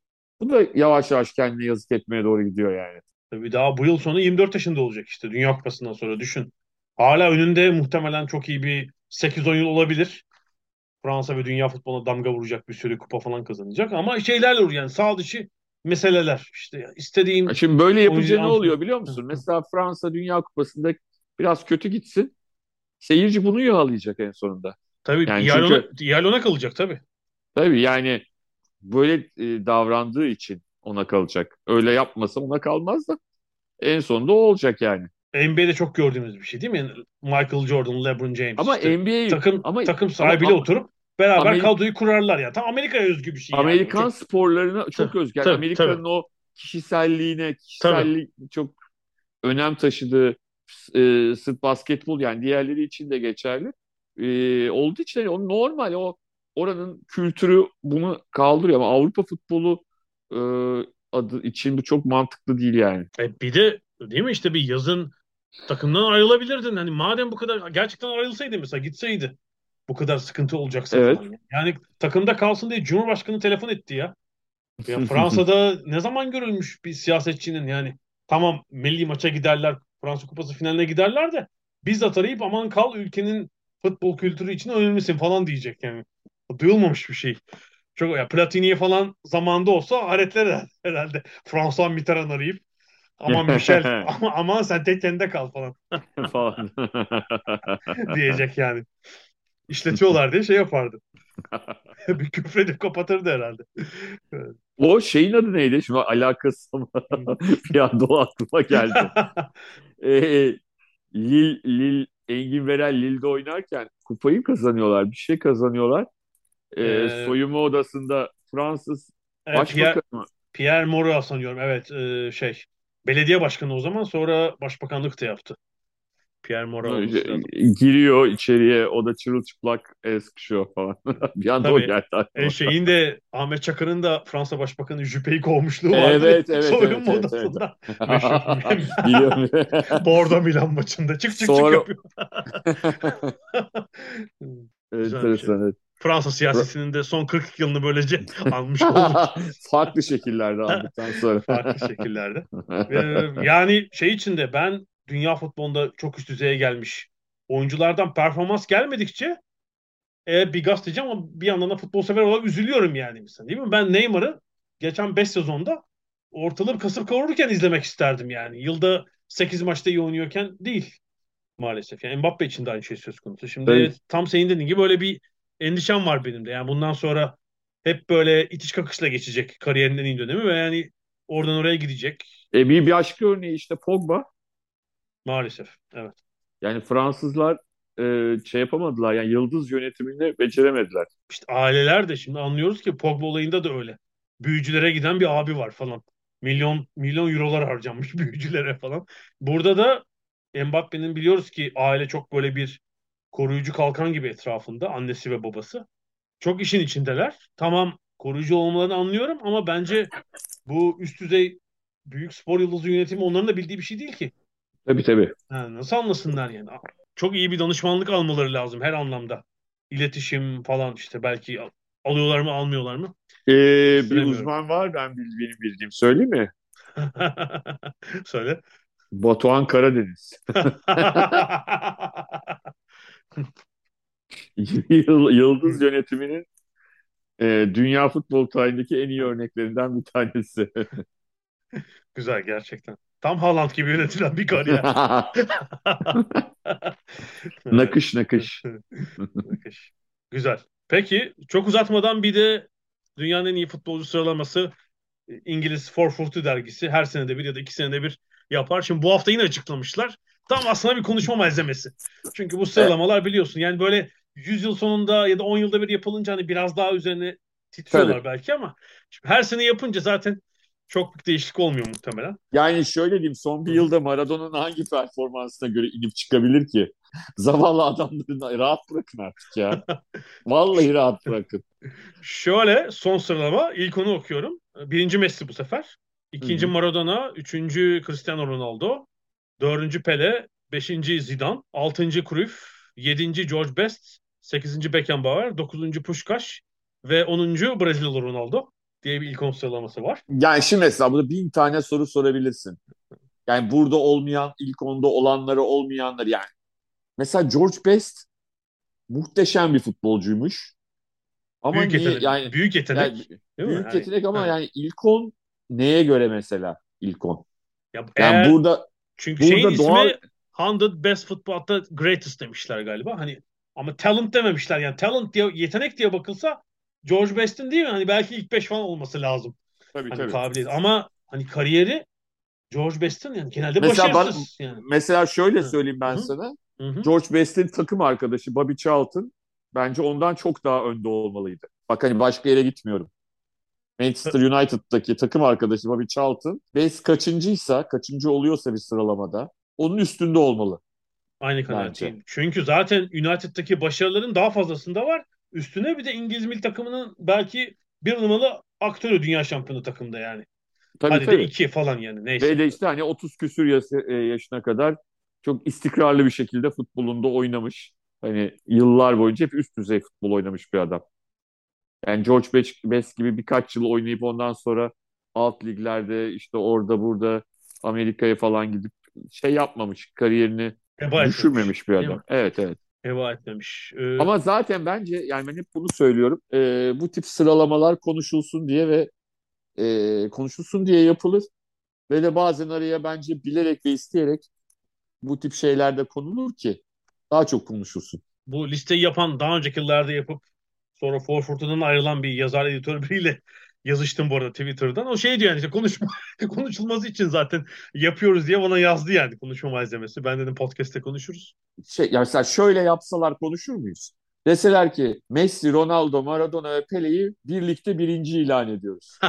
Bu da yavaş yavaş kendine yazık etmeye doğru gidiyor yani. Tabii daha bu yıl sonu yirmi dört yaşında olacak işte Dünya Kupası'ndan sonra düşün. Hala önünde muhtemelen çok iyi bir sekiz on yıl olabilir. Fransa ve dünya futboluna damga vuracak bir sürü kupa falan kazanacak. Ama şeylerle olur yani sağ dışı meseleler. İşte istediğim Şimdi böyle yapınca oyuncu ne antrenör. oluyor biliyor musun? Mesela Fransa Dünya Kupası'nda biraz kötü gitsin. Seyirci bunu yağlayacak en sonunda. Tabii Yani ihale ona, çünkü ihale ona kalacak tabii. tabii yani böyle e, davrandığı için ona kalacak. Öyle yapmasa ona kalmaz da en sonunda o olacak yani. N B A'de çok gördüğümüz bir şey değil mi? Yani Michael Jordan, LeBron James Ama işte N B A takım ama takım ama sahibiyle ama oturup beraber Amerika kadroyu kurarlar ya. Tam Amerika'ya özgü bir şey yani. O Amerikan çok sporlarına çok tabii özgü. Yani tabii tabii. Amerika'nın o kişiselliğine, tabii. kişisellik çok önem taşıdığı e, sırf basketbol yani diğerleri için de geçerli. E, olduğu için hani o normal o oranın kültürü bunu kaldırıyor ama Avrupa futbolu e, adı için bu çok mantıklı değil yani. E bir de değil mi işte bir yazın takımdan ayrılabilirdin. Hani madem bu kadar gerçekten ayrılsaydı mesela gitseydi bu kadar sıkıntı olacaksa Evet. falan. Yani takımda kalsın diye Cumhurbaşkanı telefon etti ya. Ya Fransa'da ne zaman görülmüş bir siyasetçinin yani tamam milli maça giderler, Fransa Kupası finaline giderler de bizzat arayıp aman kal ülkenin futbol kültürü için önemlisin falan diyecek yani. Duyulmamış bir şey. Çok ya Platini'ye falan zamanda olsa hayretler herhalde. François Mitterrand arayıp aman Michel ama aman sen tek kendine kal falan falan. diyecek yani. İşletiyorlar diye şey yapardı. Bir küfredip kapatırdı herhalde. Evet. O şeyin adı neydi? Şimdi alakası ama bir anda o aklıma geldi. Ee, Lil, Lil, Engin Verel Lille'de oynarken kupayı kazanıyorlar. Bir şey kazanıyorlar. Ee, Ee, soyunma odasında Fransız e, Pierre, başbakan mı? Pierre Moreau sanıyorum. Evet, e, şey. Belediye başkanı o zaman, sonra başbakanlık da yaptı. Pierre Moreau olması lazım. Giriyor içeriye, o da çırılçıplak el sıkışıyor falan. Bir anda o Tabii. geldi E, aklıma. şeyin de Ahmet Çakar'ın da Fransa Başbakanı Juppé'yi kovmuşluğu vardır ya, Evet, evet, evet, soyunma evet, evet. odasında. Meşhur. Biliyorum. Bordo Milan maçında çık çık çık Sonra yapıyor. Güzelmiş, evet. enteresan. Evet. Fransa Fra- siyasetinin de son kırk iki yılını böylece almış olduk. Farklı şekillerde aldıktan sonra. Farklı şekillerde. Ee, yani şey içinde ben dünya futbolunda çok üst düzeye gelmiş oyunculardan performans gelmedikçe e, bir gazeteci ama bir yandan da futbol sever olarak üzülüyorum yani mesela, değil mi? Ben Neymar'ı geçen beş sezonda ortalığı kasıp kavururken izlemek isterdim yani. Yılda sekiz maçta iyi oynuyorken değil maalesef. Yani Mbappe için de aynı şey söz konusu. Şimdi Tabii. tam senin dediğin gibi böyle bir endişem var benim de. Yani bundan sonra hep böyle itiş kakışla geçecek kariyerinin en iyi dönemi ve yani oradan oraya gidecek E, bir başka örneği işte Pogba. maalesef. Evet. Yani Fransızlar e, şey yapamadılar. Yani yıldız yönetimini beceremediler. İşte aileler de şimdi anlıyoruz ki Pogba olayında da öyle. Büyücülere giden bir abi var falan. Milyon milyon eurolar harcanmış büyücülere falan. Burada da Mbappe'nin biliyoruz ki aile çok böyle bir koruyucu kalkan gibi etrafında, annesi ve babası. Çok işin içindeler. Tamam, koruyucu olmalarını anlıyorum ama bence bu üst düzey büyük spor yıldızı yönetimi onların da bildiği bir şey değil ki. Tabii, tabii. Ha, nasıl anlasınlar yani? Çok iyi bir danışmanlık almaları lazım her anlamda. İletişim falan işte, belki al- alıyorlar mı almıyorlar mı? E, bir Kestiremiyorum. uzman var ben bil- benim bildiğim. Söyleyeyim mi? Söyle. Batuhan Karadeniz. Yıl- Yıldız yönetiminin e, dünya futbol tarihindeki en iyi örneklerinden bir tanesi. Güzel gerçekten. Tam Haaland gibi yönetilen bir kariyer. Evet. Nakış nakış. Bakış. Güzel. Peki çok uzatmadan bir de dünyanın en iyi futbolcu sıralaması, e, İngiliz for Forty dergisi her senede bir ya da iki senede bir yapar. Şimdi bu hafta yine açıklamışlar. Tam aslında bir konuşma malzemesi. Çünkü bu E, sıralamalar biliyorsun yani böyle yüz yıl sonunda ya da on yılda bir yapılınca hani biraz daha üzerine tabii. titriyorlar belki ama şimdi her sene yapınca zaten çok bir değişiklik olmuyor muhtemelen. Yani şöyle diyeyim, son bir Hı hı. yılda Maradona'nın hangi performansına göre inip çıkabilir ki? Zavallı adamları rahat bırakın artık ya. Vallahi rahat bırakın. Şöyle son sıralama, ilk onu okuyorum. Birinci Messi bu sefer. Hı İkinci hı. Maradona. Üçüncü Cristiano Ronaldo. Dördüncü Pele. Beşinci Zidane. Altıncı Cruyff. Yedinci George Best. Sekizinci Beckenbauer. Dokuzuncu Puskás. Ve onuncu Brezilyalı Ronaldo diye bir ilk on sıralaması var. Yani şimdi mesela burada bin tane soru sorabilirsin. Yani burada olmayan, ilk onda olanları olmayanları yani. Mesela George Best muhteşem bir futbolcuymuş. Ama Büyük niye yetenek. yani, Büyük yani yetenek. Değil mi? büyük Yani, yetenek ama ha. yani ilk on neye göre mesela ilk on? Ya Yani eğer burada çünkü şeyin burada doğal. ismi yüz Best Football, hatta Greatest demişler galiba. Hani ama talent dememişler. Yani talent diye, yetenek diye bakılsa George Best'in değil mi? Hani belki ilk beş falan olması lazım. Tabii, Hani tabii. kabiliyet. Ama hani kariyeri George Best'in yani genelde Mesela ben, başarısız yani. mesela şöyle Hı söyleyeyim ben hı. sana. Hı hı. George Best'in takım arkadaşı Bobby Charlton bence ondan çok daha önde olmalıydı. Bak hani başka yere gitmiyorum. Manchester United'daki takım arkadaşı Bobby Charlton Best kaçıncıysa, kaçıncı oluyorsa bir sıralamada onun üstünde olmalı Aynı bence. kanaatteyim. Çünkü zaten United'daki başarıların daha fazlasında var. Üstüne bir de İngiliz milli takımının belki bir numaralı aktörü dünya şampiyonu takımda yani. Tabii, Hadi de tabii. iki falan yani Ve neyse. de işte hani otuz küsür yaş- e, yaşına kadar çok istikrarlı bir şekilde futbolunda oynamış. Hani yıllar boyunca hep üst düzey futbol oynamış bir adam. Yani George Best gibi birkaç yıl oynayıp ondan sonra alt liglerde işte orada burada Amerika'ya falan gidip şey yapmamış, kariyerini Heba etmemiş. düşürmemiş bir Değil adam. mi? Evet, evet. heba etmemiş. Ee, Ama zaten bence yani ben hep bunu söylüyorum. Ee, bu tip sıralamalar konuşulsun diye ve e, konuşulsun diye yapılır. Ve de bazen araya bence bilerek ve isteyerek bu tip şeyler de konulur ki daha çok konuşulsun. Bu listeyi yapan daha önceki yıllarda yapıp sonra Forfurtun'dan ayrılan bir yazar editör biriyle yazıştım bu arada Twitter'dan. O şey diyor yani işte konuşma, konuşulması için zaten yapıyoruz diye bana yazdı yani konuşma malzemesi. Ben dedim podcast'te konuşuruz. Şey, ya mesela şöyle yapsalar konuşur muyuz? Deseler ki Messi, Ronaldo, Maradona ve Pele'yi birlikte birinci ilan ediyoruz.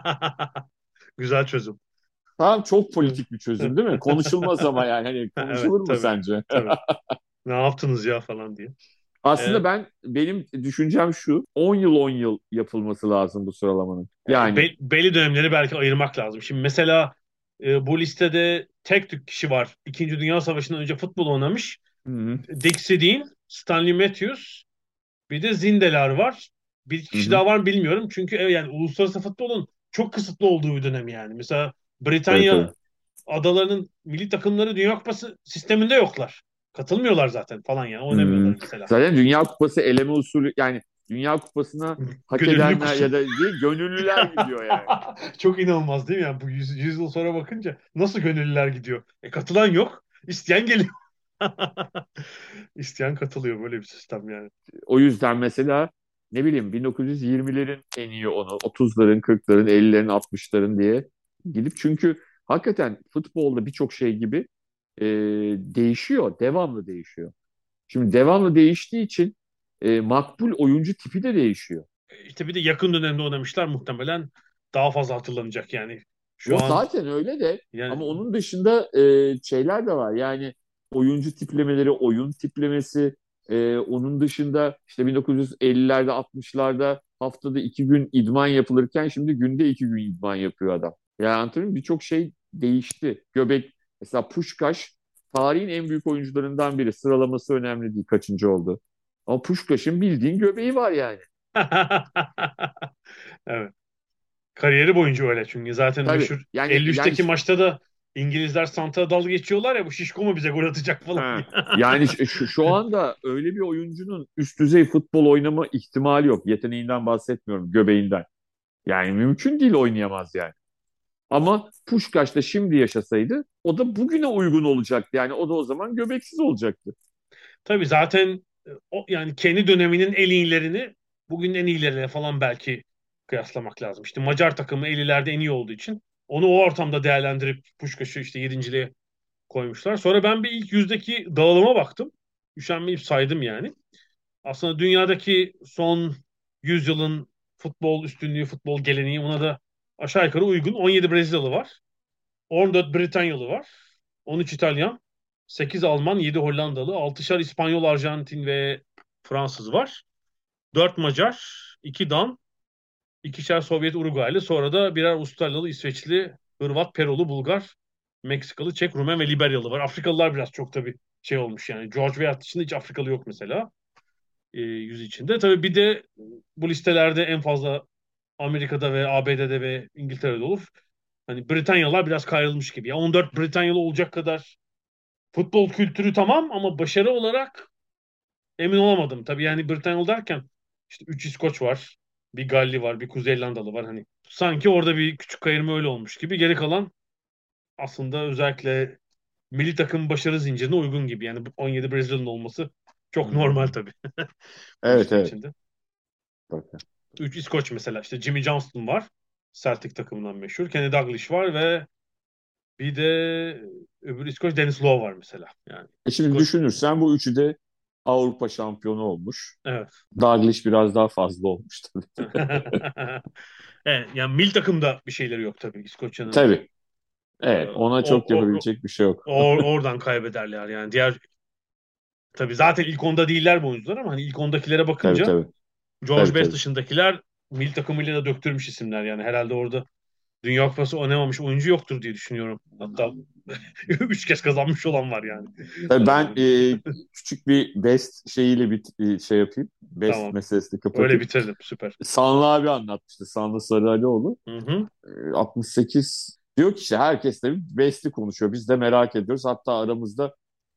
Güzel çözüm. Tamam, çok politik bir çözüm değil mi? Konuşulmaz ama yani hani Evet konuşulur mu tabii sence? tabii. Ne yaptınız ya falan diye. Aslında Ee, ben benim düşüncem şu: on yıl on yıl yapılması lazım bu sıralamanın. e, Yani be- belli dönemleri belki ayırmak lazım. Şimdi mesela e, bu listede tek tük kişi var. İkinci Dünya Savaşı'ndan önce futbol oynamış. hı hı, Dixie Dean, Stanley Matthews, bir de Zindelar var. Bir hı kişi hı. daha var mı bilmiyorum. Çünkü e, yani uluslararası futbolun çok kısıtlı olduğu bir dönem yani. Mesela Tabii tabii. Britanya adalarının milli takımları Dünya Kupası sisteminde yoklar. Katılmıyorlar zaten falan yani. Hmm. Oynamıyorlar mesela. Zaten Dünya Kupası eleme usulü, yani Dünya Kupası'na hak Gönüllülük edenler usulü. ya da değil, gönüllüler gidiyor yani. Çok inanılmaz değil mi? Yani bu yüz, yüz yıl sonra bakınca nasıl gönüllüler gidiyor? E katılan yok. İsteyen geliyor. İsteyen katılıyor. Böyle bir sistem yani. O yüzden mesela ne bileyim bin dokuz yüz yirmilerin en iyi onu, otuzların, kırkların, ellilerin, altmışların diye gidip, çünkü hakikaten futbolda birçok şey gibi e, değişiyor, devamlı değişiyor. Şimdi devamlı değiştiği için e, makbul oyuncu tipi de değişiyor. İşte bir de yakın dönemde oynamışlar muhtemelen daha fazla hatırlanacak yani. Şu O an zaten öyle de, yani ama onun dışında e, şeyler de var. Yani oyuncu tiplemeleri, oyun tiplemesi, e, onun dışında işte bin dokuz yüz ellilerde, altmışlarda haftada iki gün idman yapılırken şimdi günde iki gün idman yapıyor adam. Yani anlatabiliyor muyum? Birçok şey değişti. Göbek, mesela Puşkaş tarihin en büyük oyuncularından biri. Sıralaması önemli değil kaçıncı oldu. Ama Puşkaş'ın bildiğin göbeği var yani. evet. Kariyeri boyunca öyle çünkü zaten Tabii meşhur yani yani elli üçteki maçta da İngilizler Santa'ya dalga geçiyorlar ya bu şişko mu bize gol atacak falan diye. Ha. Yani şu, şu şu anda öyle bir oyuncunun üst düzey futbol oynama ihtimali yok. Yeteneğinden bahsetmiyorum, göbeğinden. Yani mümkün değil, oynayamaz yani. Ama Puşkaş da şimdi yaşasaydı o da bugüne uygun olacaktı. Yani o da o zaman göbeksiz olacaktı. Tabii zaten e, o yani kendi döneminin en iyilerini bugün en iyileriyle falan belki kıyaslamak lazım. İşte Macar takımı ellilerde en iyi olduğu için onu o ortamda değerlendirip Puşkaş'ı işte yedinciliğe koymuşlar. Sonra ben bir ilk yüzdeki dağılıma baktım. Üşenmeyip saydım yani. Aslında dünyadaki son yüz yılın futbol üstünlüğü, futbol geleneği buna da aşağı yukarı uygun. on yedi Brezilyalı var. on dört Britanyalı var. on üç İtalyan, sekiz Alman, yedi Hollandalı, altışar İspanyol, Arjantin ve Fransız var. dört Macar, iki Dan, ikişer Sovyet Uruguaylı, sonra da birer Avustralyalı, İsveçli, Hırvat, Perulu, Bulgar, Meksikalı, Çek, Rumen ve Liberyalı var. Afrikalılar biraz çok tabii şey olmuş yani. George Weah dışında hiç Afrikalı yok mesela e, yüz içinde. Tabii bir de bu listelerde en fazla Amerika'da ve A B D'de ve İngiltere'de olur. Hani Britanyalılar biraz kayrılmış gibi. Ya on dört Britanyalı olacak kadar futbol kültürü tamam ama başarı olarak emin olamadım. Tabii yani Britanyalı derken işte üç İskoç var, bir Galli var, bir Kuzey İrlandalı var. Hani sanki orada bir küçük kayırma öyle olmuş gibi. Geri kalan aslında özellikle milli takım başarı zincirine uygun gibi. Yani on yedi Brezilyalı'nın olması çok normal Hmm. tabii bu Evet liste evet. içinde. Bakın. üç İskoç mesela işte Jimmy Johnston var. Celtic takımından meşhur. Kenny Dalglish var ve bir de öbür İskoç Dennis Law var mesela. Yani E şimdi İskoç düşünürsen bu üçü de Avrupa şampiyonu olmuş. evet. Dalglish biraz daha fazla olmuş tabii. Evet, yani milli takımda bir şeyleri yok tabii İskoçya'nın. Tabii. Ee, Evet, ona o, çok o, yapabilecek bir şey yok. o- oradan kaybederler yani. Diğer tabii zaten ilk onda değiller bu oyuncular ama hani ilk ondakilere Tabii bakınca tabii. George Tabii Best tabii. dışındakiler milli takımıyla da döktürmüş isimler yani. Herhalde orada Dünya Kupası oynamamış oyuncu yoktur diye düşünüyorum. Hatta üç kez kazanmış olan var yani. Tabii ben Aralarında. e, küçük bir best şeyiyle bir e, şey yapayım. Best Tamam. meselesini Öyle kapatayım. bitirelim. Süper. Sanlı abi anlatmıştı. Sanlı Sarıalioğlu. Hı hı. E, altmış sekiz diyor ki işte herkes de best'i konuşuyor. Biz de merak ediyoruz. Hatta aramızda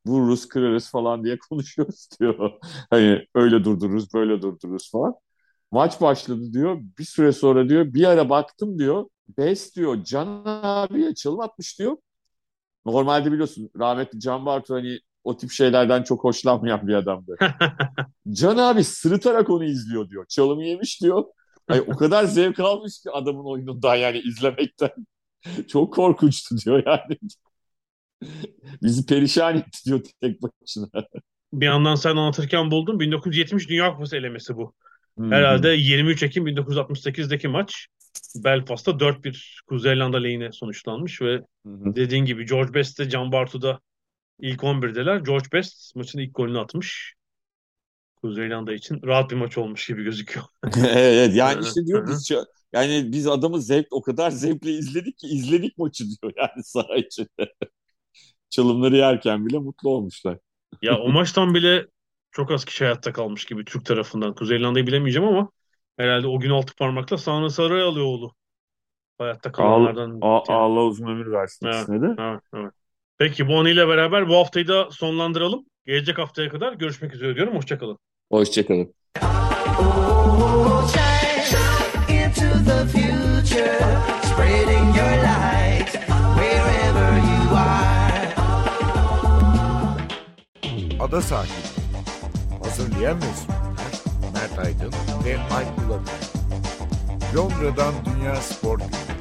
vururuz, kırarız falan diye konuşuyoruz diyor. Hani öyle durdururuz, böyle durdururuz falan. Maç başladı diyor. Bir süre sonra diyor bir ara baktım diyor. Bes diyor Can abiye çalım atmış diyor. Normalde biliyorsun rahmetli Can Bartu hani o tip şeylerden çok hoşlanmayan bir adamdı. Can abi sırıtarak onu izliyor diyor. Çalımı yemiş diyor. Ay, o kadar zevk almış ki adamın oyunundan yani izlemekten. Çok korkunçtu diyor yani. Bizi perişan etti diyor tek başına. Bir yandan sen anlatırken buldum. bin dokuz yüz yetmiş Dünya Kupası elemesi bu. Hı Herhalde hı. yirmi üç Ekim bin dokuz yüz altmış sekizdeki maç Belfast'ta dört bir Kuzey İrlanda lehine sonuçlanmış ve Hı hı. dediğin gibi George Best de Can Bartu'da ilk on birdeler. George Best maçın ilk golünü atmış. Kuzey İrlanda için rahat bir maç olmuş gibi gözüküyor. Evet Hı yani hı, işte hı diyor hı. biz ça- yani biz adamı zevk o kadar zevkle izledik ki izledik maçı diyor yani saha içinde. Çalımları yerken bile mutlu olmuşlar. Ya o maçtan bile çok az kişi hayatta kalmış gibi Türk tarafından. Kuzey İrlanda'yı bilemeyeceğim ama herhalde o gün altı parmakla Sami Sarıoğlu hayatta Al, kalanlardan. A- Yani. Allah uzun ömür versin Evet, ikisine de. evet, evet. Peki bu anıyla beraber bu haftayı da sonlandıralım. Gelecek haftaya kadar görüşmek üzere diyorum. Hoşçakalın. Hoşçakalın. Oh, shine into the future, spreading your light wherever you are. Ada Sahili. Hazırlayan ve sunanlar Mert Aydın ve Alp Ulagay. Londra'dan Dünya Spor Günü.